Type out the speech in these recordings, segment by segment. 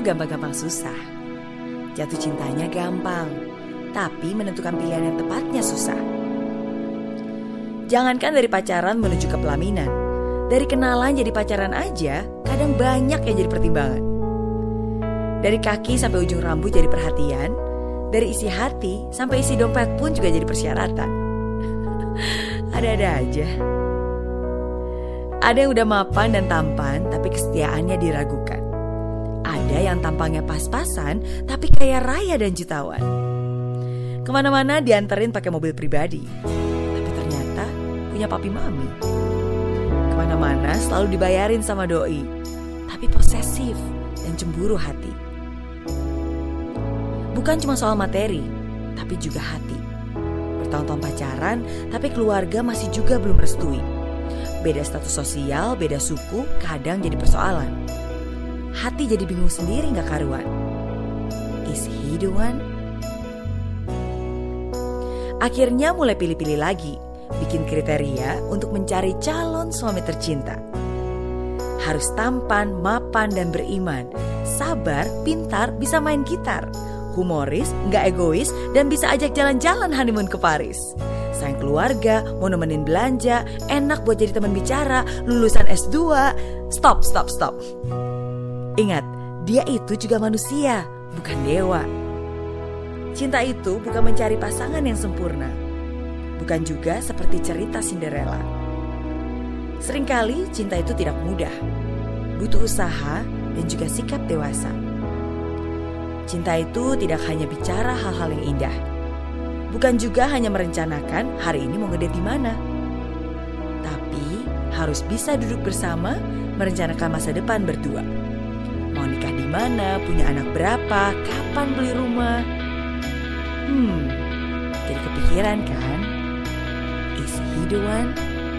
gampang-gampang susah. Jatuh cintanya gampang, tapi menentukan pilihan yang tepatnya susah. Jangankan dari pacaran menuju ke pelaminan, dari kenalan jadi pacaran aja kadang banyak yang jadi pertimbangan. Dari kaki sampai ujung rambut jadi perhatian, dari isi hati sampai isi dompet pun juga jadi persyaratan. Ada-ada aja. Ada yang udah mapan dan tampan tapi kesetiaannya diragukan. Ada yang tampangnya pas-pasan tapi kaya raya dan jutawan. Kemana-mana dianterin pakai mobil pribadi, tapi ternyata punya papi mami. Kemana-mana selalu dibayarin sama doi, tapi posesif dan cemburu hati. Bukan cuma soal materi, tapi juga hati. Bertahun-tahun pacaran, tapi keluarga masih juga belum restui. Beda status sosial, beda suku, kadang jadi persoalan. Hati jadi bingung sendiri gak karuan. Is he the one? Akhirnya mulai pilih-pilih lagi, bikin kriteria untuk mencari calon suami tercinta. Harus tampan, mapan, dan beriman. Sabar, pintar, bisa main gitar. Humoris, gak egois, dan bisa ajak jalan-jalan honeymoon ke Paris. Sayang keluarga, mau nemenin belanja, enak buat jadi teman bicara, lulusan S2. Stop. Ingat, dia itu juga manusia, bukan dewa. Cinta itu bukan mencari pasangan yang sempurna. Bukan juga seperti cerita Cinderella. Seringkali cinta itu tidak mudah. Butuh usaha dan juga sikap dewasa. Cinta itu tidak hanya bicara hal-hal yang indah. Bukan juga hanya merencanakan hari ini mau ngedate di mana. Tapi harus bisa duduk bersama, merencanakan masa depan berdua. Mau nikah di mana, punya anak berapa, kapan beli rumah. Jadi kepikiran kan? Is he the one?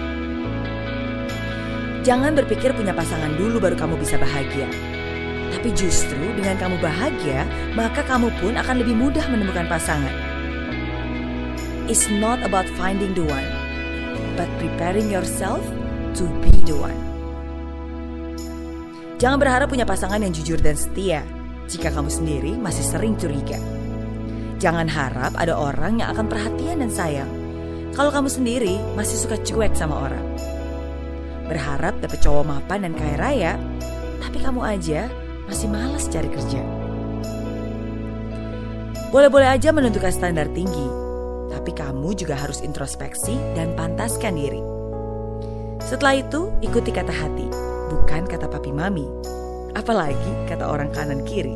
Jangan berpikir punya pasangan dulu baru kamu bisa bahagia. Tapi justru dengan kamu bahagia, maka kamu pun akan lebih mudah menemukan pasangan. It's not about finding the one, but preparing yourself to be the one. Jangan berharap punya pasangan yang jujur dan setia jika kamu sendiri masih sering curiga. Jangan harap ada orang yang akan perhatian dan sayang kalau kamu sendiri masih suka cuek sama orang. Berharap dapet cowok mapan dan kaya raya, tapi kamu aja masih malas cari kerja. Boleh-boleh aja menentukan standar tinggi, tapi kamu juga harus introspeksi dan pantaskan diri. Setelah itu, ikuti kata hati, bukan kata papi mami, apalagi kata orang kanan kiri.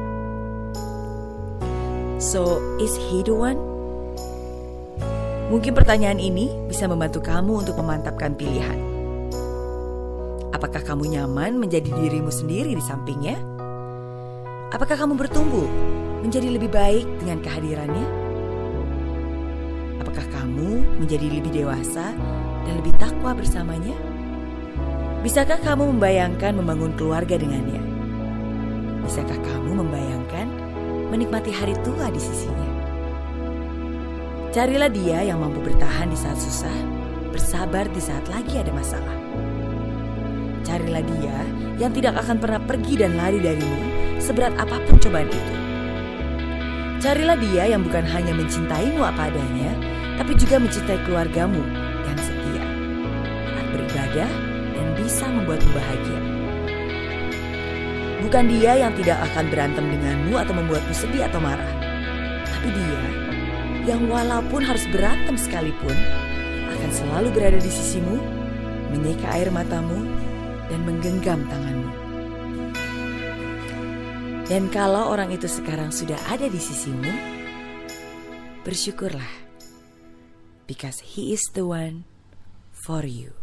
So, is he the one? Mungkin pertanyaan ini bisa membantu kamu untuk memantapkan pilihan. Apakah kamu nyaman menjadi dirimu sendiri di sampingnya? Apakah kamu bertumbuh menjadi lebih baik dengan kehadirannya? Apakah kamu menjadi lebih dewasa dan lebih takwa bersamanya? Bisakah kamu membayangkan membangun keluarga dengannya? Bisakah kamu membayangkan menikmati hari tua di sisinya? Carilah dia yang mampu bertahan di saat susah, bersabar di saat lagi ada masalah. Carilah dia yang tidak akan pernah pergi dan lari darimu seberat apapun cobaan itu. Carilah dia yang bukan hanya mencintaimu apa adanya, tapi juga mencintai keluargamu dan setia, taat beribadah dan bisa membuatmu bahagia. Bukan dia yang tidak akan berantem denganmu atau membuatmu sedih atau marah, tapi dia yang walaupun harus berantem sekalipun akan selalu berada di sisimu, menyeka air matamu, dan menggenggam tanganmu. Dan kalau orang itu sekarang sudah ada di sisimu, bersyukurlah, because he is the one for you.